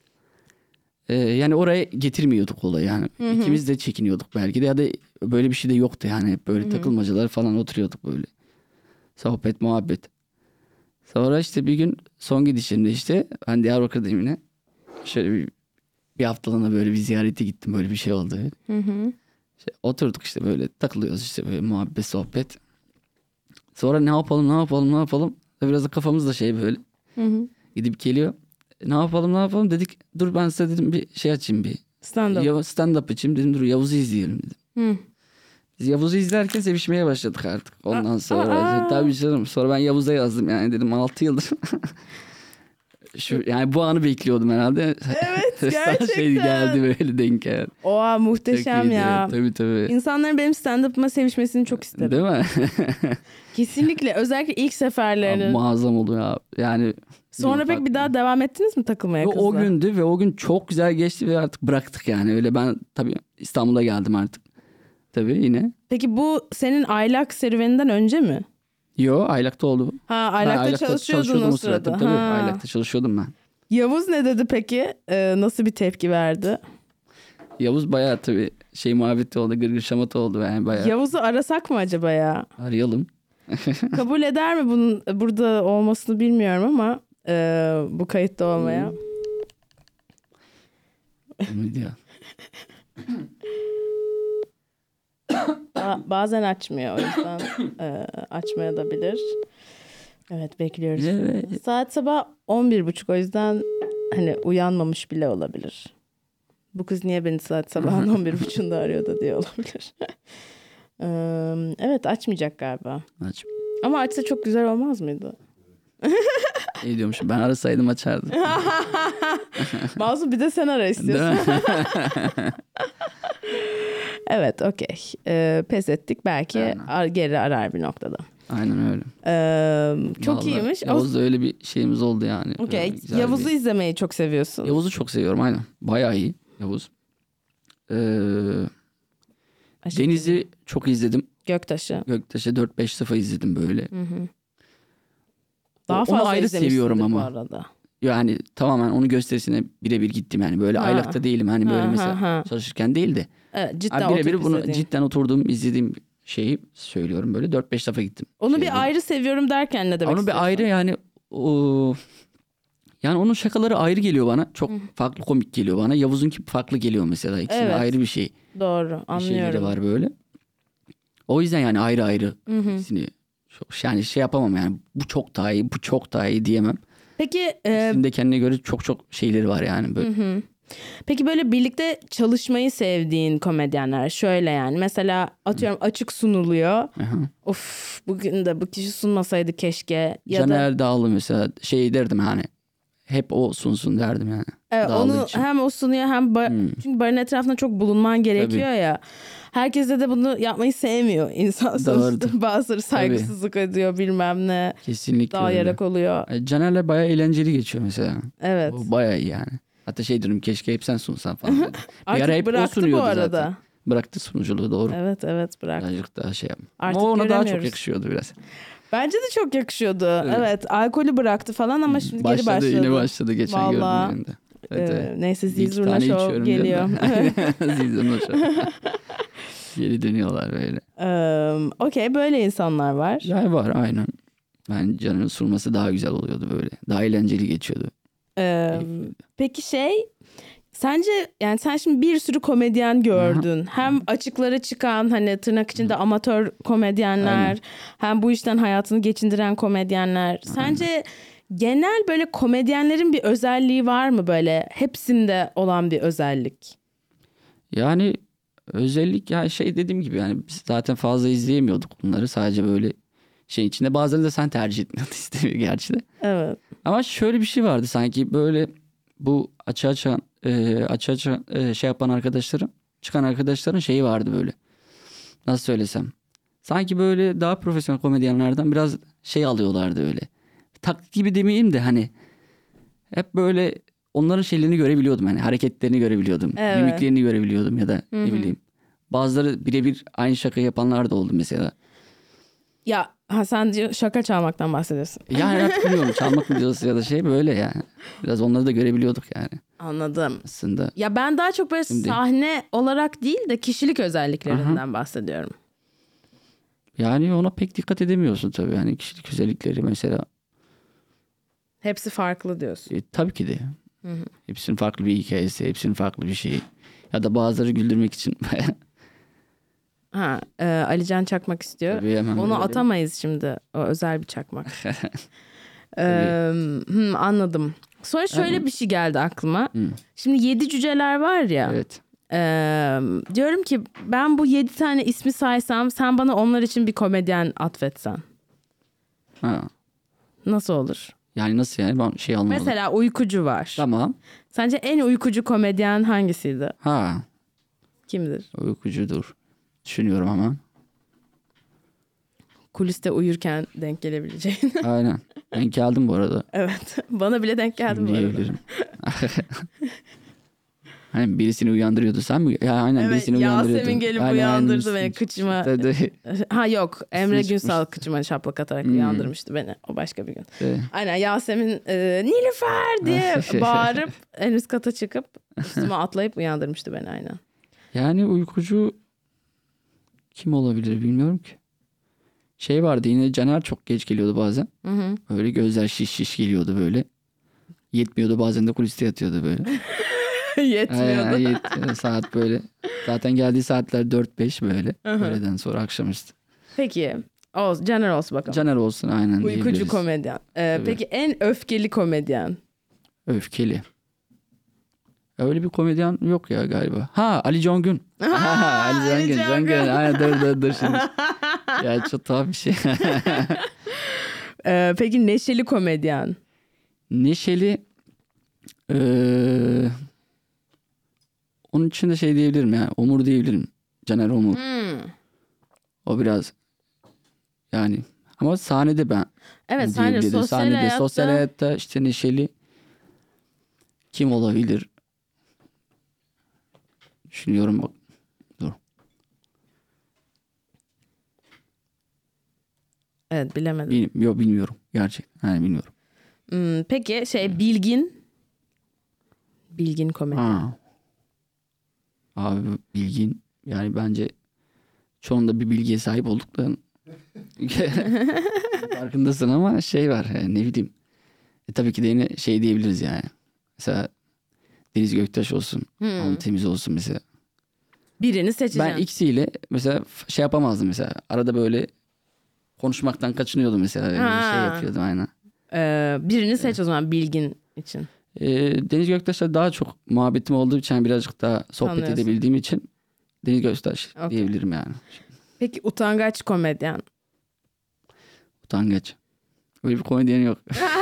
Ee, yani oraya getirmiyorduk olayı yani. Hı-hı. İkimiz de çekiniyorduk belki de, ya da böyle bir şey de yoktu yani. Böyle Hı-hı. takılmacalar falan, oturuyorduk böyle. Sohbet, muhabbet. Sonra işte bir gün son gidişimde işte ben Diyarbakır'dayım yine. Şöyle bir, bir haftalığına böyle bir ziyarete gittim, böyle bir şey oldu. Hı hı. İşte oturduk işte böyle takılıyoruz işte, böyle muhabbet, sohbet. Sonra ne yapalım ne yapalım ne yapalım. Biraz da kafamız da şey böyle. Hı hı. Gidip geliyor. Ne yapalım ne yapalım dedik. Dur ben size dedim bir şey açayım, bir stand up. Stand up açayım dedim, dur Yavuz'u izleyelim dedim. Hı. Biz Yavuz'u izlerken sevişmeye başladık artık. Ondan sonra aa, aa. tabii canım. Sonra ben Yavuz'a yazdım yani, dedim altı yıldır. Şu, yani bu anı bekliyordum herhalde. Evet gerçekten. Şey geldi böyle denk geldi. Oha muhteşem ya. Tabii tabii. İnsanların benim stand-up'ıma sevişmesini çok isterim. Değil mi? Kesinlikle, özellikle ilk seferlerinin. Muazzam oluyor ya. Yani sonra pek bir daha devam ettiniz mi takılmaya kızla? O gündü ve o gün çok güzel geçti ve artık bıraktık yani. Öyle ben tabii İstanbul'a geldim artık. Tabii yine. Peki bu senin aylak serüveninden önce mi? Yo, aylakta oldu. Ha aylakta, aylakta çalışıyordun o sırada. Tabii, tabii aylakta çalışıyordum ben. Yavuz ne dedi peki? Ee, nasıl bir tepki verdi? Yavuz bayağı tabii şey muhabbeti oldu, gırgır şamata oldu yani bayağı. Yavuz'u arasak mı acaba ya? Arayalım. Kabul eder mi bunun burada olmasını bilmiyorum ama e, bu kayıtta olmaya. Ne diyor? Bazen açmıyor, o yüzden e, açmaya da bilir. Evet, bekliyoruz. Evet. Saat sabah on bir buçuk, o yüzden hani uyanmamış bile olabilir. Bu kız niye beni saat sabahın on bir buçuğunda arıyordu diye olabilir. ee, evet, açmayacak galiba. Aç. Ama açsa çok güzel olmaz mıydı? İyi diyormuşum, ben arasaydım açardım. Masum, bir de sen ara istiyorsun. Evet, okey. Ee, pes ettik, belki ar- geri arar bir noktada. Aynen öyle. Ee, çok vallahi iyiymiş. Yavuz'da öyle bir şeyimiz oldu yani. Okay. Yavuz'u bir... izlemeyi çok seviyorsun. Yavuz'u çok seviyorum, aynen. Bayağı iyi Yavuz. Ee, Deniz'i çok izledim. Göktaş'ı. Göktaş'ı dört beş defa izledim böyle. Hı hı. Daha o, fazla onu ayrı seviyorum ama. Bu arada. Yani tamamen onun gösterisine birebir gittim yani. Böyle ha. aylakta değilim hani, böyle ha, mesela ha. çalışırken değil de. Evet, cidden birebir bunu izlediğim. Cidden oturduğum, izlediğim şeyi söylüyorum böyle dört beş defa gittim. Onu Şeyde. bir ayrı seviyorum derken ne demek Onu istiyorsun? bir ayrı yani o yani onun şakaları ayrı geliyor bana. Çok Hı. farklı komik geliyor bana. Yavuz'unki farklı geliyor mesela. İkisine evet. ayrı bir şey. Doğru, anlıyorum. Bir şeyleri var böyle. O yüzden yani ayrı ayrı ikisini çok, yani şey yapamam yani bu çok daha iyi, bu çok daha iyi diyemem. Peki İkisinin de kendine göre çok çok şeyleri var yani böyle. Hı hı. Peki böyle birlikte çalışmayı sevdiğin komedyenler şöyle yani mesela atıyorum açık sunuluyor. Aha. Of bugün de bu kişi sunmasaydı keşke. Ya Caner da... Dağlı mesela şey derdim hani hep o sunsun derdim yani. Evet, onu için. Hem o sunuyor hem bar... hmm. çünkü barın etrafında çok bulunman gerekiyor Tabii. ya. Herkes de bunu yapmayı sevmiyor insan sonuçta. Bazıları saygısızlık Tabii. ediyor bilmem ne. Kesinlikle dağıyarak öyle. oluyor. Caner'le bayağı eğlenceli geçiyor mesela. Evet. O bayağı iyi yani. Hatta şey diyorum keşke hep sen sunsan falan. Bir Artık ara hep bıraktı o sunuyordu bu arada. Zaten. Bıraktı sunuculuğu doğru. Evet evet bıraktı. Birazcık daha şey yapma. Artık ama ona daha çok yakışıyordu biraz. Bence de çok yakışıyordu. Evet, evet alkolü bıraktı falan ama şimdi başladı, geri başladı. Yine başladı geçen Vallahi, gördüğüm yönde. Evet, e, evet. Neyse Zizurna Show geliyor. Zizurna Show. Geri dönüyorlar böyle. Um, Okey böyle insanlar var. Ya var aynen. Ben Caner'in sunması daha güzel oluyordu böyle. Daha eğlenceli geçiyordu. Ee, peki şey sence yani sen şimdi bir sürü komedyen gördün. Aha. Hem açıklara çıkan hani tırnak içinde Hı. amatör komedyenler Aynen. hem bu işten hayatını geçindiren komedyenler. Sence Aynen. genel böyle komedyenlerin bir özelliği var mı böyle hepsinde olan bir özellik? Yani özellik yani şey dediğim gibi yani biz zaten fazla izleyemiyorduk bunları sadece böyle şey içinde bazen de sen tercih etmiyordun istemiyor gerçi de. Evet. Ama şöyle bir şey vardı sanki böyle bu açığa çıkan e, açığa çıkan, e, şey yapan arkadaşlarım çıkan arkadaşların şeyi vardı böyle. Nasıl söylesem. Sanki böyle daha profesyonel komedyenlerden biraz şey alıyorlardı öyle. Taklit gibi demeyeyim de hani hep böyle onların şeylerini görebiliyordum. Hani hareketlerini görebiliyordum. Evet. Mimiklerini görebiliyordum ya da Hı-hı. ne bileyim. Bazıları birebir aynı şaka yapanlar da oldu mesela. Ya ha sen şaka çalmaktan bahsediyorsun. Yani artık bilmiyorum çalmak mı diyorsun ya da şey böyle yani. Biraz onları da görebiliyorduk yani. Anladım. Aslında. Ya ben daha çok böyle Şimdi... sahne olarak değil de kişilik özelliklerinden Aha. bahsediyorum. Yani ona pek dikkat edemiyorsun tabii. Yani kişilik özellikleri mesela. Hepsi farklı diyorsun. E, tabii ki de. Hı hı. Hepsinin farklı bir hikayesi, hepsinin farklı bir şeyi. Ya da bazıları güldürmek için Ha, e, Ali Can çakmak istiyor. Tabii, onu öyle. Atamayız şimdi. O özel bir çakmak. ee, hmm, anladım. Sonra şöyle Aynen. bir şey geldi aklıma. Hmm. Şimdi yedi cüceler var ya. Evet. E, diyorum ki ben bu yedi tane ismi saysam sen bana onlar için bir komedyen atfetsen. Ha. Nasıl olur? Yani nasıl yani ben şey anlamadım. Mesela uykucu var. Tamam. Sence en uykucu komedyen hangisiydi? Ha. Kimdir? Uykucudur. Düşünüyorum ama. Kuliste uyurken denk gelebileceğin. Aynen. Denk geldim bu arada. Evet. Bana bile denk geldim bu arada. Hani birisini uyandırıyordu sen mi? Ya aynen evet, birisini uyandırıyordu. Yasemin gelip aynen, uyandırdı aynen. beni kıçıma. Ha yok Emre Günsal kıçıma şaplak atarak hmm. uyandırmıştı beni. O başka bir gün. Evet. Aynen Yasemin e, Nilüfer diye bağırıp en üst kata çıkıp üstüme atlayıp uyandırmıştı beni aynen. Yani uykucu kim olabilir bilmiyorum ki. Şey vardı yine Caner çok geç geliyordu bazen. Hı hı. Böyle gözler şiş şiş geliyordu böyle. Yetmiyordu bazen de kuliste yatıyordu böyle. Yetmiyordu. Ee, yetmiyordu. Saat böyle. Zaten geldiği saatler dört beş böyle. Hı hı. Öğleden sonra akşamüstü. Peki. Olsun, Caner olsun bakalım. Caner olsun aynen. Uykucu komedyen. Ee, peki en öfkeli komedyen? Öfkeli. Öyle bir komedyen yok ya galiba. Ha Ali Can Gün. Ha, Ali Can Gün. Can Gün. Aynen dur dur dur şimdi. Ya çok tuhaf bir şey. ee, peki neşeli komedyen? Neşeli. Ee, onun için de şey diyebilirim ya. Omur diyebilirim. Caner Omur. Hmm. O biraz yani ama sahnede ben. Evet sahnede sosyal sahnede, hayatta. Sosyal hayatta işte neşeli. Kim olabilir? Düşünüyorum bak. Dur. Evet bilemedim. Bil, yok bilmiyorum. Gerçekten. Yani bilmiyorum. Hmm, peki şey Bilgin. Bilgin komedyen. Ha. Abi Bilgin yani bence çoğunda bir bilgiye sahip olduk da farkındasın ama şey var yani ne bileyim. E, tabii ki de yine şey diyebiliriz yani. Mesela Deniz Göktaş olsun. Hmm. Alın Temiz olsun mesela. Birini seçeceğim. Ben ikisiyle mesela şey yapamazdım mesela. Arada böyle konuşmaktan kaçınıyordum mesela. Öyle bir şey yapıyordum aynen. Ee, birini seç o zaman bilgin için. Ee, Deniz Göktaş'la daha çok muhabbetim olduğu için birazcık daha sohbet Tanıyorsun. edebildiğim için Deniz Göktaş Okay. diyebilirim yani. Peki utangaç komedyen. Utangaç. Öyle bir komedyen yok.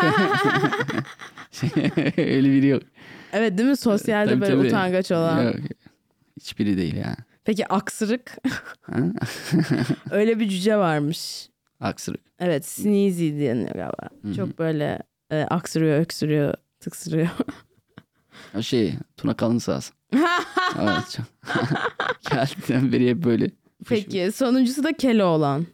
Öyle biri yok. Evet değil mi? Sosyalde Tabii, böyle tabii. utangaç olan. Yok. Hiçbiri değil yani. Peki aksırık. Ha? Öyle bir cüce varmış. Aksırık. Evet, sneezy deniyor galiba. Hı-hı. Çok böyle e, aksırıyor, öksürüyor, tıksırıyor. O şey Tuna Kalın sağ olsun. Evet çok. Geldiğinden beri hep böyle. Peki sonuncusu da Keloğlan.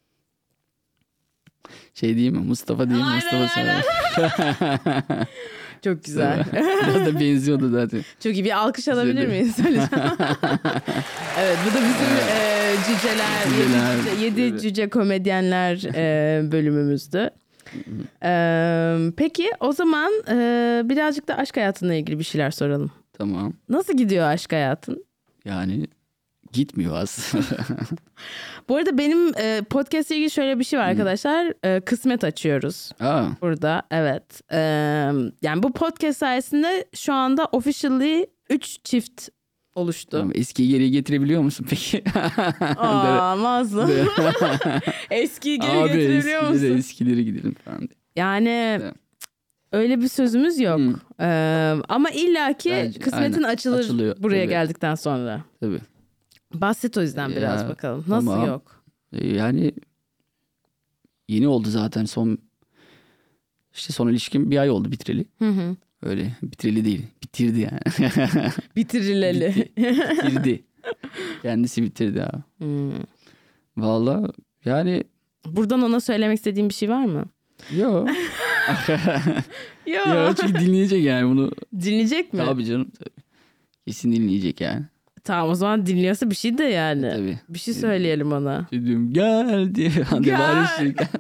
Şey diyeyim mi? Mustafa diyeyim mi? Aynen, Mustafa aynen. Sağ Çok güzel. Biraz da benziyordu zaten. Çok iyi. Bir alkış alabilir Güzel. miyiz? Evet, bu da bizim e, cüceler, Cüceler, yedi, cüce, yedi evet. cüce komedyenler e, bölümümüzdü. E, peki o zaman e, birazcık da aşk hayatınla ilgili bir şeyler soralım. Tamam. Nasıl gidiyor aşk hayatın? Yani gitmiyor aslında. Bu arada benim e, podcast ile ilgili şöyle bir şey var arkadaşlar. E, kısmet açıyoruz Aa, burada. Evet. E, yani bu podcast sayesinde şu anda officially üç çift oluştu. tamam. Eskiyi geriye getirebiliyor musun peki? Aa, mazlum. Eskiyi geri Abi getirebiliyor eskileri, musun? eskileri gidelim falan diye. Yani Evet. öyle bir sözümüz yok. Hmm. Ee, ama illaki Bence, kısmetin aynen. açılır Açılıyor, buraya tabii. geldikten sonra. Tabii. Bahset o yüzden biraz Ya, bakalım. Nasıl tamam. yok? Ee, Yani yeni oldu zaten son işte son ilişkim bir ay oldu bitireli. Hı hı. Öyle bitireli değil. Bitirdi yani. Bitirileli. Bitirdi. Kendisi bitirdi abi. Hmm. Vallahi yani Buradan ona söylemek istediğim bir şey var mı? yok. Yok. Ya çünkü dinleyecek yani bunu. Dinleyecek mi? Tabii canım tabii. Kesin dinleyecek yani. Tamam o zaman dinliyorsa bir şey de yani. Tabii. Bir şey söyleyelim ona. Dedim gel diye. Hadi Gel. bari şey gel.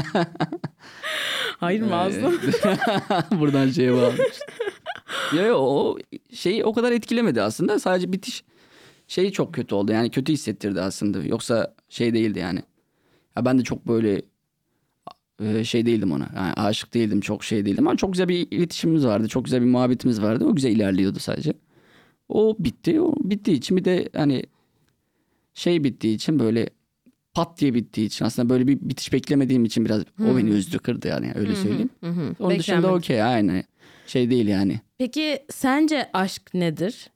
Hayır mazlum. Buradan şeye bağlamış. Ya ya, o şeyi o kadar etkilemedi aslında. Sadece bitiş şey çok kötü oldu. Yani kötü hissettirdi aslında. Yoksa şey değildi yani. Ya ben de çok böyle e, şey değildim ona. Yani aşık değildim, çok şey değildim ama çok güzel bir iletişimimiz vardı. Çok güzel bir muhabbetimiz vardı. O güzel ilerliyordu sadece. O bitti. O bittiği için bir de hani şey bittiği için böyle pat diye bittiği için aslında böyle bir bitiş beklemediğim için biraz o beni üzdü kırdı yani öyle söyleyeyim. Hı hı. Onun dışında Beklenmedik. okey aynı şey değil yani. Peki sence aşk nedir?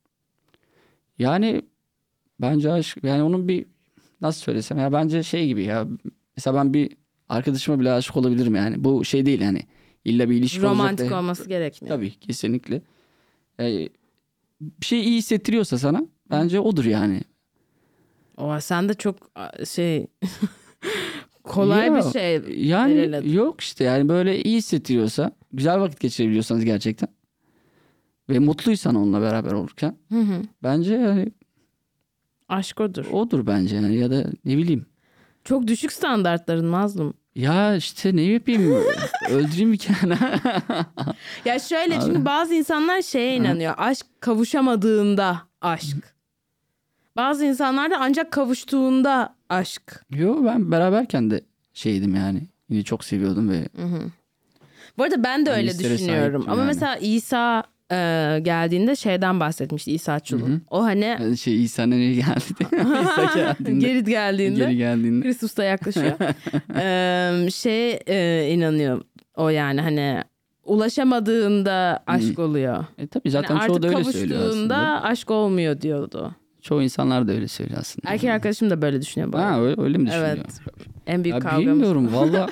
Yani bence aşk yani onun bir nasıl söylesem ya bence şey gibi ya mesela ben bir arkadaşıma bile aşık olabilirim yani. Bu şey değil yani illa bir ilişki olacak Romantik da- olması gerekmiyor. Tabii kesinlikle. Yani bir şey iyi hissettiriyorsa sana bence odur yani. Oha, sen de çok a, şey kolay Ya, bir şey. Yani belirledin. yok işte yani böyle iyi hissettiriyorsa güzel vakit geçirebiliyorsanız gerçekten ve mutluysan onunla beraber olurken Hı hı. bence yani Aşk odur. odur bence yani ya da ne bileyim. Çok düşük standartların mazlum. Ya işte ne yapayım öldüreyim bir kere. Ya şöyle Abi. çünkü bazı insanlar şeye inanıyor. Aşk kavuşamadığında aşk. Bazı insanlar da ancak kavuştuğunda aşk. Yo ben beraberken de şeydim yani yine çok seviyordum ve Bu arada ben de Yani öyle hislere düşünüyorum. sahiptim Ama yani. mesela İsa e, geldiğinde şeyden bahsetmişti, İsa Çulun. Hı hı. O hani yani şey İsa nereye geldi? İsa geldiğinde. geri geldiğinde. Geri geldiğinde. Kristus da yaklaşıyor. Ee, şey e, inanıyor o yani hani ulaşamadığında aşk oluyor. E tabii zaten Hani çoğu artık da öyle söylüyor kavuştuğunda aslında. aşk olmuyor diyordu. Çoğu insanlar da öyle söylüyor aslında. Erkek arkadaşım da böyle düşünüyor bu arada. Ha öyle, öyle mi düşünüyor? Evet. En büyük Ya kavgamız. bilmiyorum valla.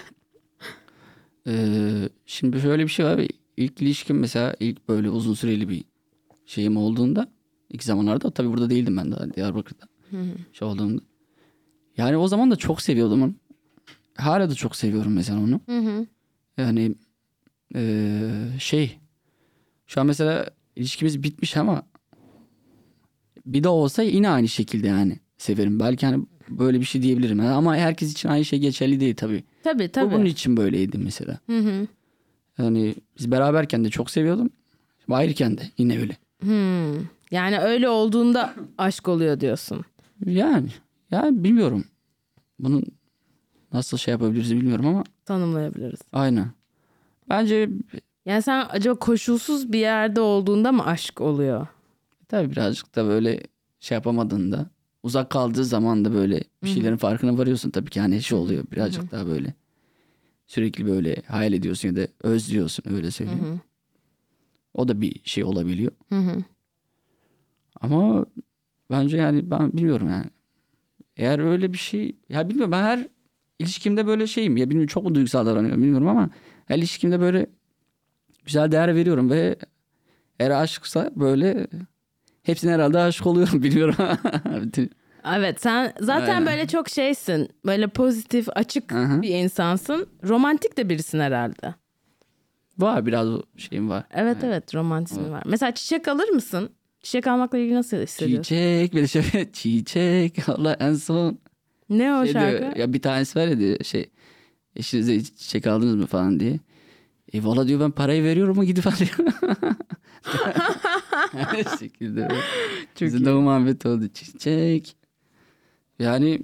Ee, şimdi şöyle bir şey var. İlk ilişkim mesela ilk böyle uzun süreli bir şeyim olduğunda ilk zamanlarda tabii burada değildim ben daha Diyarbakır'da. Şey olduğumda. Yani o zaman da çok seviyordum onu. Hala da çok seviyorum mesela onu. Hı hı. Yani ee, şey şu an mesela ilişkimiz bitmiş ama bir de olsa yine aynı şekilde yani severim. Belki hani böyle bir şey diyebilirim. Ama herkes için aynı şey geçerli değil tabii. Tabii tabii. Bu bunun için böyleydi mesela. Hı hı. Yani biz beraberken de çok seviyordum. Ayrıken de yine öyle. Hmm. Yani öyle olduğunda aşk oluyor diyorsun. Yani yani bilmiyorum. Bunun nasıl şey yapabiliriz bilmiyorum ama. Tanımlayabiliriz. Aynen. Bence. Yani sen acaba koşulsuz bir yerde olduğunda mı aşk oluyor? Tabii birazcık da böyle şey yapamadığında. Uzak kaldığı zaman da böyle bir şeylerin Hı-hı. farkına varıyorsun tabii ki. Yani şey oluyor birazcık Hı-hı. daha böyle. Sürekli böyle hayal ediyorsun ya da özlüyorsun öyle söyleyeyim. Hı-hı. O da bir şey olabiliyor. Hı-hı. Ama bence yani ben bilmiyorum yani. Eğer öyle bir şey ya bilmiyorum ben her ilişkimde böyle şeyim ya bilmiyorum çok mu duygusal davranıyorum bilmiyorum ama her ilişkimde böyle güzel değer veriyorum ve eğer aşksa böyle hepsine herhalde aşık oluyorum bilmiyorum. Evet sen zaten Aynen. böyle çok şeysin böyle pozitif açık Hı-hı. bir insansın romantik de birisin herhalde. Var biraz şeyim var. Evet evet, evet romantizmi evet. var. Mesela çiçek alır mısın? Çiçek almakla ilgili nasıl hissediyorsun? Çiçek böyle şey çiçek Allah en son. Ne o şey şarkı? Diyor, ya bir tanesi var ya diyor, şey eşinize çiçek aldınız mı falan diye. E valla diyor ben parayı veriyorum mu gidip alıyor. Her şekilde. Bizim de o muhabbet oldu. Çiçek. Yani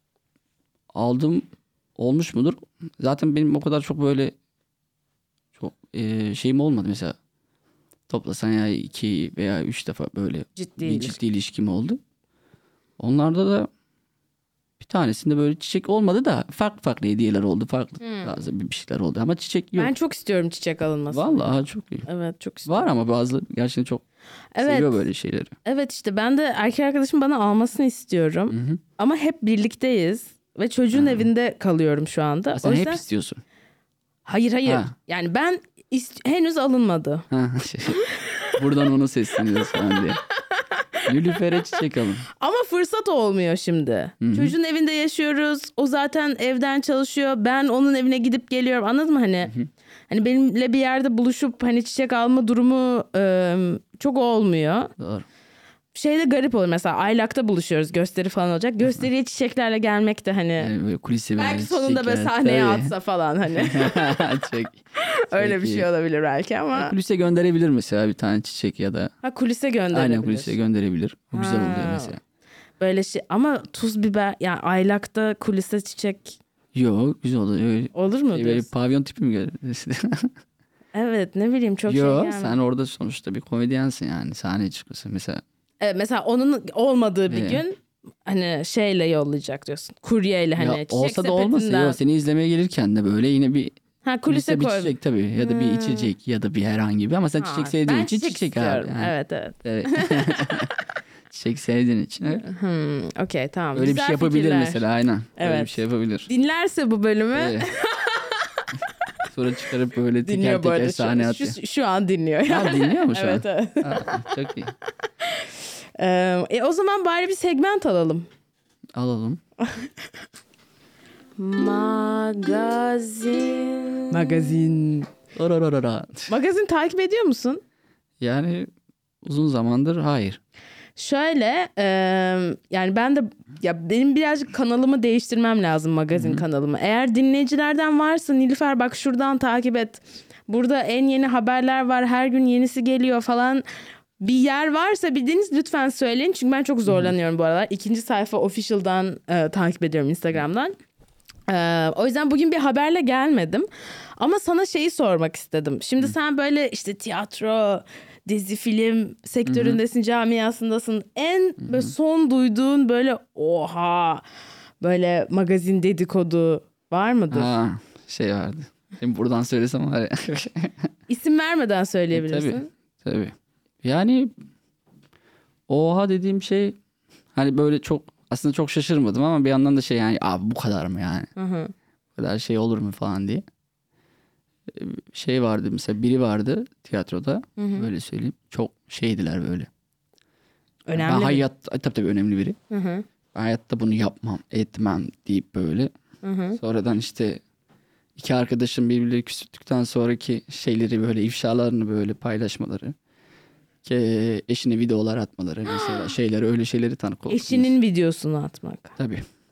aldım olmuş mudur? Zaten benim o kadar çok böyle çok e, şeyim olmadı mesela. Toplasan ya iki veya üç defa böyle ciddi bir ilişki. ciddi ilişkim oldu. Onlarda da bir tanesinde böyle çiçek olmadı da farklı farklı hediyeler oldu. Farklı hmm. bazı bir şeyler oldu ama çiçek yok. Ben çok istiyorum çiçek alınmasını. Vallahi çok iyi. Evet çok istiyorum. Var ama bazı gerçekten çok evet. seviyor böyle şeyleri. Evet işte ben de erkek arkadaşım bana almasını istiyorum. Hı-hı. Ama hep birlikteyiz ve çocuğun Hı-hı. evinde kalıyorum şu anda. Ha, sen o yüzden... hep istiyorsun. Hayır hayır. Ha. Yani ben ist- henüz alınmadı. Ha, şey, buradan onu sesleniyoruz falan diye. Nilüfer'e çiçek alın. Ama fırsat olmuyor şimdi. Hı-hı. Çocuğun evinde yaşıyoruz. O zaten evden çalışıyor. Ben onun evine gidip geliyorum. Anladın mı hani? Hı-hı. Hani benimle bir yerde buluşup hani çiçek alma durumu e, çok olmuyor. Doğru. Şeyde garip olur mesela aylakta buluşuyoruz gösteri falan olacak. Gösteriye çiçeklerle gelmek de hani yani böyle kulise belki sonunda böyle sahneye tabii. atsa falan hani. çok, öyle çok bir iyi. Şey olabilir belki ama. Ya, kulise gönderebilir mesela bir tane çiçek ya da. Ha kulise gönderebilir. Aynen kulise gönderebilir. O güzel ha. oluyor mesela. Böyle şey ama tuz biber yani aylakta kulise çiçek. Yok güzel oluyor. Öyle, olur mu şey, böyle pavyon tipi mi görüyorsun? Evet ne bileyim çok Yo, şey gelmedi. Sen orada sonuçta bir komedyensin yani sahneye çıkıyorsun mesela. Evet, mesela onun olmadığı bir evet. gün hani şeyle yollayacak diyorsun. Kuryeyle hani ya, çiçek olsa da olmasa yok seni izlemeye gelirken de böyle yine bir ha, kulise bir çiçek tabii ya da bir hmm. içecek ya da bir herhangi bir ama sen ha, çiçek sevdiğin için çiçek, çiçek abi. Yani. Evet evet. evet. Çiçek sevdiğin için. Evet. Hmm, okey tamam. Öyle Güzel bir şey yapabilir fikirler. mesela aynen. Evet. Öyle bir şey yapabilir. Dinlerse bu bölümü. Evet. Sonra çıkarıp böyle teker teker böyle sahne atıyor. Şu, şu an dinliyor. Yani. Ha, dinliyor mu şu evet, an? Evet evet. Çok iyi. Ee, e, o zaman bari bir segment alalım. Alalım. Magazin. Magazin. Orororora. Magazin takip ediyor musun? Yani uzun zamandır hayır. Şöyle e, yani ben de ya benim birazcık kanalımı değiştirmem lazım magazin Hı-hı. kanalımı. Eğer dinleyicilerden varsa Nilüfer bak şuradan takip et. Burada en yeni haberler var. Her gün yenisi geliyor falan. Bir yer varsa bildiğiniz lütfen söyleyin. Çünkü ben çok zorlanıyorum bu aralar. İkinci sayfa official'dan e, takip ediyorum Instagram'dan. E, o yüzden bugün bir haberle gelmedim. Ama sana şeyi sormak istedim. Şimdi Hı. sen böyle işte tiyatro, dizi, film sektöründesin, Hı-hı. camiasındasın. En böyle son duyduğun böyle oha böyle magazin dedikodu var mıdır? Ha, şey vardı. Şimdi buradan söylesem var ya. İsim vermeden söyleyebilirsin. E, tabii tabii. Yani oha dediğim şey hani böyle çok aslında çok şaşırmadım ama bir yandan da şey yani abi bu kadar mı yani? Hı hı. Bu kadar şey olur mu falan diye. Şey vardı mesela biri vardı tiyatroda hı hı. böyle söyleyeyim. Çok şeydiler böyle. Önemli ben mi? Hayat, tabii tabii önemli biri. Hı hı. Ben hayatta bunu yapmam etmem deyip böyle. Hı hı. Sonradan işte iki arkadaşım birbirleri küstükten sonraki şeyleri böyle ifşalarını böyle paylaşmaları. Ki eşine videolar atmaları mesela şeyler öyle şeyleri tanık olduk. Eşinin videosunu atmak. Tabii.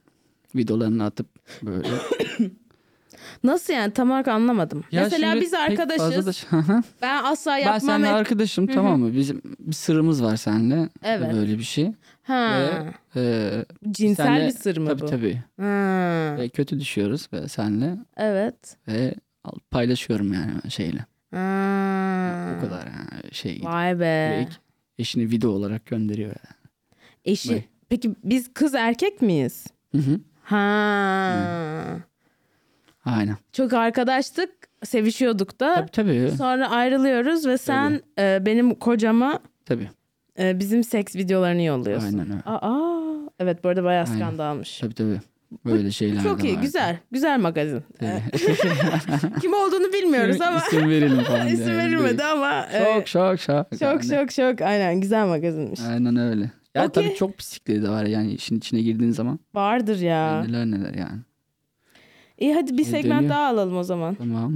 videolarını atıp böyle. Nasıl yani, tam olarak anlamadım. Ya Mesela şimdi biz pek arkadaşız. fazla da- Ben asla Ben yapmam. seninle et- arkadaşım, tamam mı? Bizim bir sırrımız var seninle. Evet. Böyle bir şey. Ha. Ve e, Cinsel senle- bir sır mı tabii, bu? Tabii Ha. Ve kötü düşüyoruz ve seninle Evet. ve paylaşıyorum yani şeyle. Ha. O kadar yani şey. Vay be. Direkt eşini video olarak gönderiyor. Yani. Eşi. Vay. Peki biz kız erkek miyiz? Hı hı. Ha. Aynen. Çok arkadaştık, sevişiyorduk da. Tabii tabii. Sonra ayrılıyoruz ve sen e, benim kocama Tabii. e, bizim seks videolarını yolluyorsun. Aynen öyle. Aa, evet, bu arada bayağı Aynen. skandalmış. Tabii tabii. Böyle şeyler Çok de iyi, var. güzel. Güzel magazin. Tabii. Kim olduğunu bilmiyoruz ama. İsim verelim falan. İsim diye. verilmedi ama. Şok şok şok. Şok Yani. şok şok. Aynen, güzel magazinmiş. Aynen öyle. Ya Okey. tabii çok pislikleri de var yani işin içine girdiğin zaman. Vardır ya. Neler neler yani. İyi, hadi bir E, segment dönüyor. daha alalım o zaman. Tamam.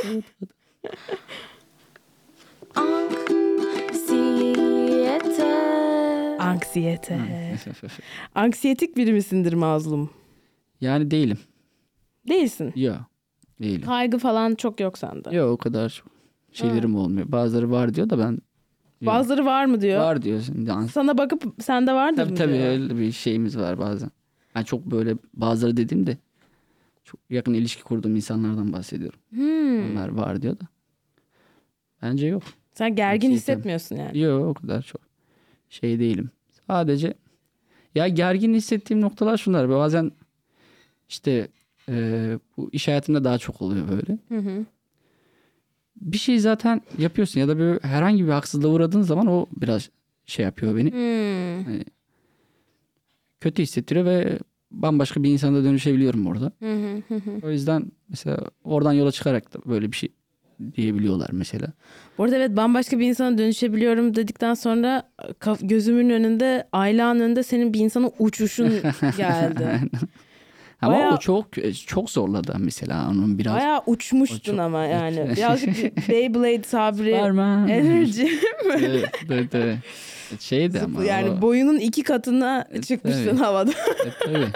Anksiyete. Anksiyetik biri misindir Mazlum? Yani değilim. Değilsin. Yok. Değilim. Kaygı falan çok yok sende. Yok, o kadar çok şeylerim olmuyor. Bazıları var diyor da ben. Yok. Bazıları var mı diyor. Var diyor. Şimdi dans. Sana bakıp sende vardır Tabii mı tabii diyor. öyle bir şeyimiz var bazen. Yani çok böyle bazıları dediğim de çok yakın ilişki kurduğum insanlardan bahsediyorum. Hmm. Onlar var diyor da. Bence yok. Sen gergin Anksiyetem. hissetmiyorsun yani. Yok, o kadar çok şey değilim. Sadece ya gergin hissettiğim noktalar şunlar. Bazen işte e, bu iş hayatımda daha çok oluyor böyle. Hı hı. Bir şey zaten yapıyorsun ya da böyle herhangi bir haksızlığa uğradığın zaman o biraz şey yapıyor beni. Hmm. Kötü hissettiriyor ve bambaşka bir insana da dönüşebiliyorum orada. Hı hı hı hı. O yüzden mesela oradan yola çıkarak da böyle bir şey diyebiliyorlar mesela. Bu arada evet, bambaşka bir insana dönüşebiliyorum dedikten sonra kaf- gözümün önünde, Ayla'nın önünde senin bir insana uçuşun geldi. Ama Bayağı- o çok çok zorladı mesela onun biraz. Bayağı uçmuştun O çok- ama yani. Birazcık bir Beyblade Sabri Superman. enerji. evet, evet, evet. Şeydi ama Yani o, boyunun iki katına Evet, çıkmıştın tabii. havada. e, tabii.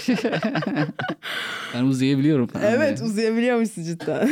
Ben uzayabiliyorum falan. Evet, yani. uzayabiliyormuşsun cidden.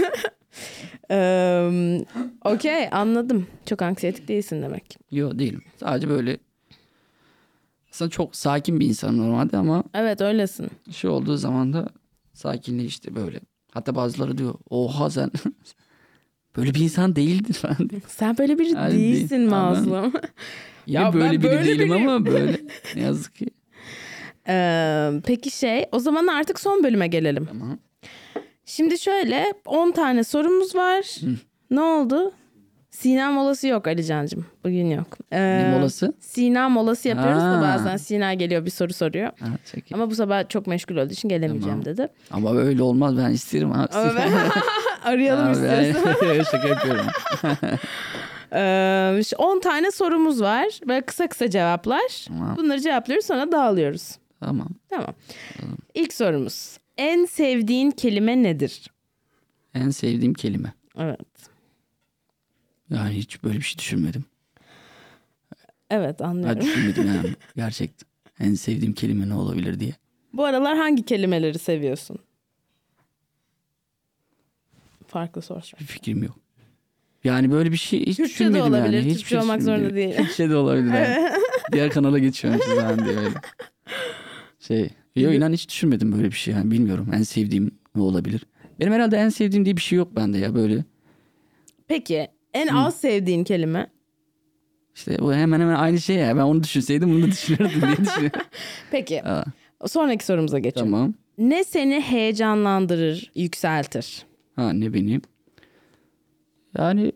Eee, Okey, anladım. Çok anksiyetik değilsin demek. Yok, değilim. Sadece böyle aslında çok sakin bir insan normalde ama Evet, öylesin. şey olduğu zaman da sakinliği işte böyle. Hatta bazıları diyor oha sen böyle bir insan değildin falan diyor. Sen böyle biri Yani değilsin değil. Ya ben- Mazlum. Ya, Ya ben böyle biri böyle değilim biriyim. ama böyle ne yazık ki. Eee, peki şey, o zaman artık son bölüme gelelim. Tamam. Şimdi şöyle on tane sorumuz var. Ne oldu? Sina molası yok Alicancığım. Bugün yok. Ee, Ne molası? Sina molası yapıyoruz da Ha. bazen Sina geliyor bir soru soruyor. Ha, çekil. Ama bu sabah çok meşgul olduğu için gelemeyeceğim Tamam. dedi. Ama öyle olmaz, ben isterim. Ama Aksi. ben arayalım Abi, istiyorsan. ben- Şaka yapıyorum. Ee, işte on tane sorumuz var. Böyle kısa kısa cevaplar. Tamam. Bunları cevaplıyoruz, sonra dağılıyoruz. Tamam. Tamam. İlk sorumuz. En sevdiğin kelime nedir? En sevdiğim kelime. Evet. Yani hiç böyle bir şey düşünmedim. Evet, Ben anlıyorum. düşünmedim yani gerçekten. En sevdiğim kelime ne olabilir diye. Bu aralar hangi kelimeleri seviyorsun? Farklı sor. Bir fikrim yok. Yani böyle bir şey hiç Türkçe de düşünmedim olabilir, yani. Türkçe Hiçbir şey olmak zorunda düşünmedim. değil. Türkçe de olabilir. yani. Diğer kanala geçiyorum sizden diye öyle. Şey, yok inan hiç düşünmedim böyle bir şey yani, bilmiyorum. En sevdiğim ne olabilir? Benim herhalde en sevdiğim diye bir şey yok bende ya böyle. Peki en az sevdiğin kelime? İşte bu hemen hemen aynı şey ya. Ben onu düşünseydim bunu da düşünürdüm diye düşünüyorum. Peki Aa, sonraki sorumuza geçelim. tamam. Ne seni heyecanlandırır, yükseltir? Ha, ne benim? Yani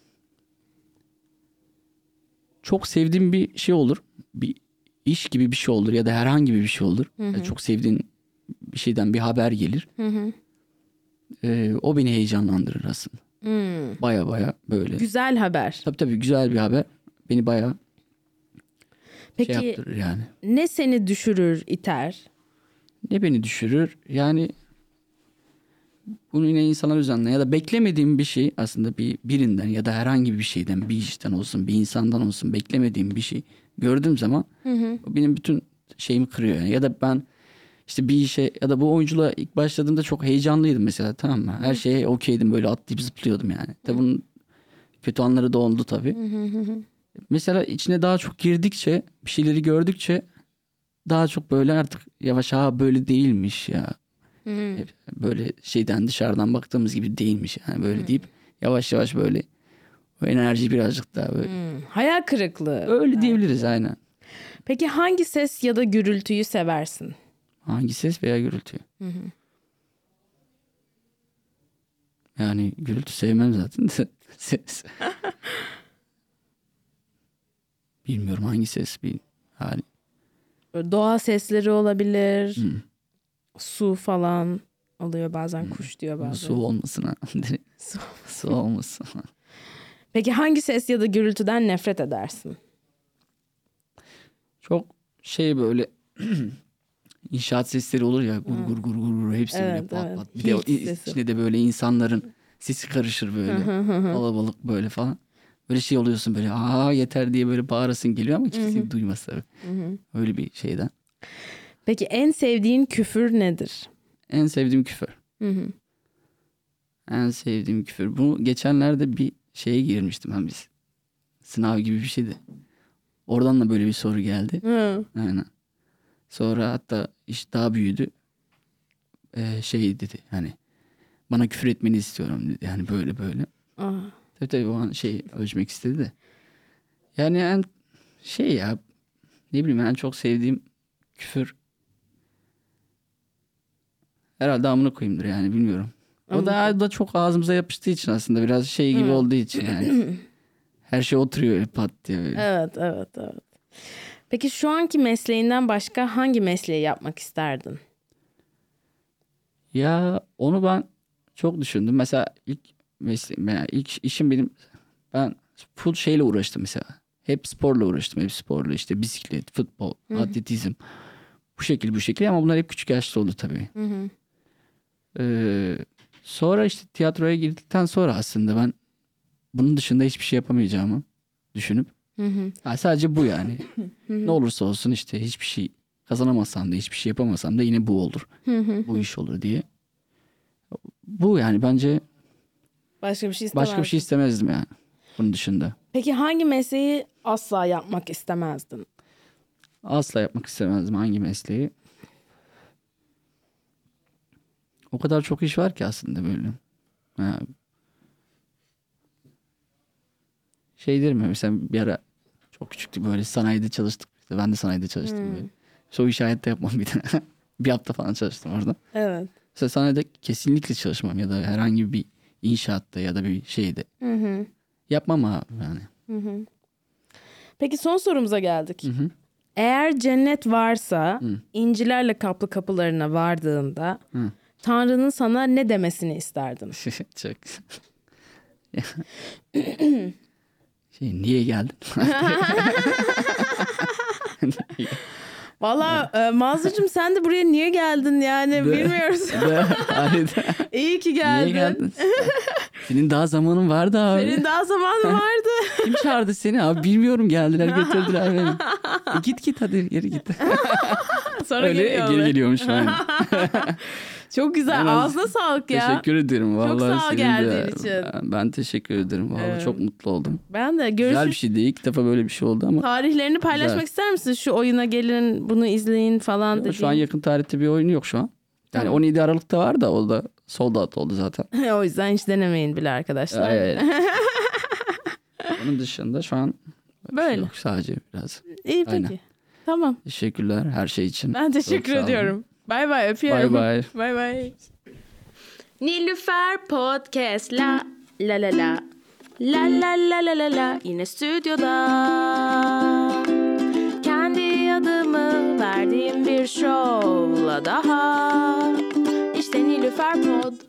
çok sevdiğim bir şey olur. Bir iş gibi bir şey olur ya da herhangi bir şey olur. Yani çok sevdiğin bir şeyden bir haber gelir. Hı hı. Ee, o beni heyecanlandırır aslında. Hmm. Baya baya böyle. Güzel haber. Tabii tabii güzel bir haber. Beni baya Peki şey yaptırır yani. ne seni düşürür, iter? Ne beni düşürür? Yani bunu yine insanlar üzerinden ya da beklemediğim bir şey aslında bir birinden ya da herhangi bir şeyden, bir işten olsun, bir insandan olsun beklemediğim bir şey gördüğüm zaman Hı hı. o benim bütün şeyimi kırıyor. Yani. Ya da ben işte bir işe ya da bu oyunculuğa ilk başladığımda çok heyecanlıydım mesela, tamam mı? Her şeye okeydim, böyle atlayıp zıplıyordum yani. Tabii bunun kötü anları da oldu tabii. Mesela içine daha çok girdikçe, bir şeyleri gördükçe daha çok böyle artık yavaş, ha böyle değilmiş ya. Hep böyle şeyden, dışarıdan baktığımız gibi değilmiş yani, böyle deyip yavaş yavaş böyle o enerji birazcık daha böyle. Hmm, hayal kırıklığı. Öyle diyebiliriz aynen. Peki hangi ses ya da gürültüyü seversin? Hangi ses veya gürültü? Hı hı. Yani gürültü sevmem zaten de ses. Bilmiyorum hangi ses bir hali. Böyle doğa sesleri olabilir. Hmm. Su falan oluyor bazen, hmm. kuş diyor bazen. Su olmasın ha. Su. Su olmasın. Peki hangi ses ya da gürültüden nefret edersin? Çok şey böyle inşaat sesleri olur ya, gur gur gur gur, hepsi evet, böyle pat evet. pat. Bir de o sesi. içine de böyle insanların sesi karışır böyle. Kalabalık böyle falan. Böyle şey oluyorsun böyle, aa yeter diye böyle bağırasın geliyor ama kimse duymaz tabii. Öyle bir şeyden. Peki en sevdiğin küfür nedir? En sevdiğim küfür. Hı hı. En sevdiğim küfür. Bu geçenlerde bir şeye girmiştim ben biz. Sınav gibi bir şeydi. Oradan da böyle bir soru geldi. Hı. Aynen. Sonra hatta iş daha büyüdü. Ee, şey dedi hani, bana küfür etmeni istiyorum dedi. Yani böyle böyle. Aa. Tabii tabii o an şey ölçmek istedi de. Yani en şey ya, ne bileyim, en çok sevdiğim küfür herhalde amına koyayımdır yani, bilmiyorum. O da, o da çok ağzımıza yapıştığı için aslında, biraz şey gibi Hı. olduğu için yani. Her şey oturuyor öyle pat diye böyle. Evet evet evet. Peki şu anki mesleğinden başka hangi mesleği yapmak isterdin? Ya onu ben çok düşündüm. Mesela ilk mesleğim, yani ilk işim benim, ben full şeyle uğraştım mesela. Hep sporla uğraştım. Hep sporla, işte bisiklet, futbol, Hı-hı. atletizm. Bu şekil bu şekil ama bunlar hep küçük yaşta oldu tabii. Hı-hı. Ee, sonra işte tiyatroya girdikten sonra aslında ben bunun dışında hiçbir şey yapamayacağımı düşünüp yani sadece bu yani. Ne olursa olsun işte, hiçbir şey kazanamazsam da, hiçbir şey yapamasam da yine bu olur. bu iş olur diye. Bu yani bence başka bir şey istemezdim. Başka bir şey istemezdim yani bunun dışında. Peki hangi mesleği asla yapmak istemezdin? Asla yapmak istemezdim hangi mesleği? O kadar çok iş var ki aslında böyle. Ha. Şey derim ya, mesela bir ara çok küçüktük, böyle sanayide çalıştık. İşte ben de sanayide çalıştım hmm. böyle. Soğuk iş hayatta yapmam bir de. Bir hafta falan çalıştım orada. Evet. Mesela sanayide kesinlikle çalışmam ya da herhangi bir inşaatta ya da bir şeyde. Hı hı. Yapmam abi yani. Hı hı. Peki son sorumuza geldik. Hı hı. Eğer cennet varsa hı. incilerle kaplı kapılarına vardığında hı. Tanrı'nın sana ne demesini isterdin? Çok. Şey, niye geldin? Valla e, Mazlıcığım sen de buraya niye geldin yani de, bilmiyoruz. De, İyi ki geldin. Niye geldin? Senin daha zamanın vardı abi. Senin daha zamanın vardı. Kim çağırdı seni abi? Bilmiyorum, geldiler götürdüler beni. E, git git hadi geri git. Sonra öyle geliyor geri geliyormuş yani. Çok güzel. Hemen ağzına sağlık ya. Teşekkür ederim. Vallahi çok sağ ol geldiğin için. Ben, ben teşekkür ederim. Vallahi evet. Çok mutlu oldum. Ben de. Görüşürüz. Güzel bir şeydi. İlk defa böyle bir şey oldu ama. Tarihlerini paylaşmak güzel. ister misiniz? Şu oyuna gelin, bunu izleyin falan dediğin. Şu an yakın tarihte bir oyunu yok şu an. Yani tamam. on yedi Aralık'ta var da o da sold out oldu zaten. O yüzden hiç denemeyin bile arkadaşlar. Evet. Onun dışında şu an böyle şey yok, sadece biraz. İyi peki. Aynen. Tamam. Teşekkürler her şey için. Ben teşekkür ediyorum. Bay bay, öpüyorum. Bay bay. Bay bay. Nilüfer Podcast la la la la la la la la la la yine stüdyoda. Kendi adımı verdiğim bir şovla daha. İşte Nilüfer Pod.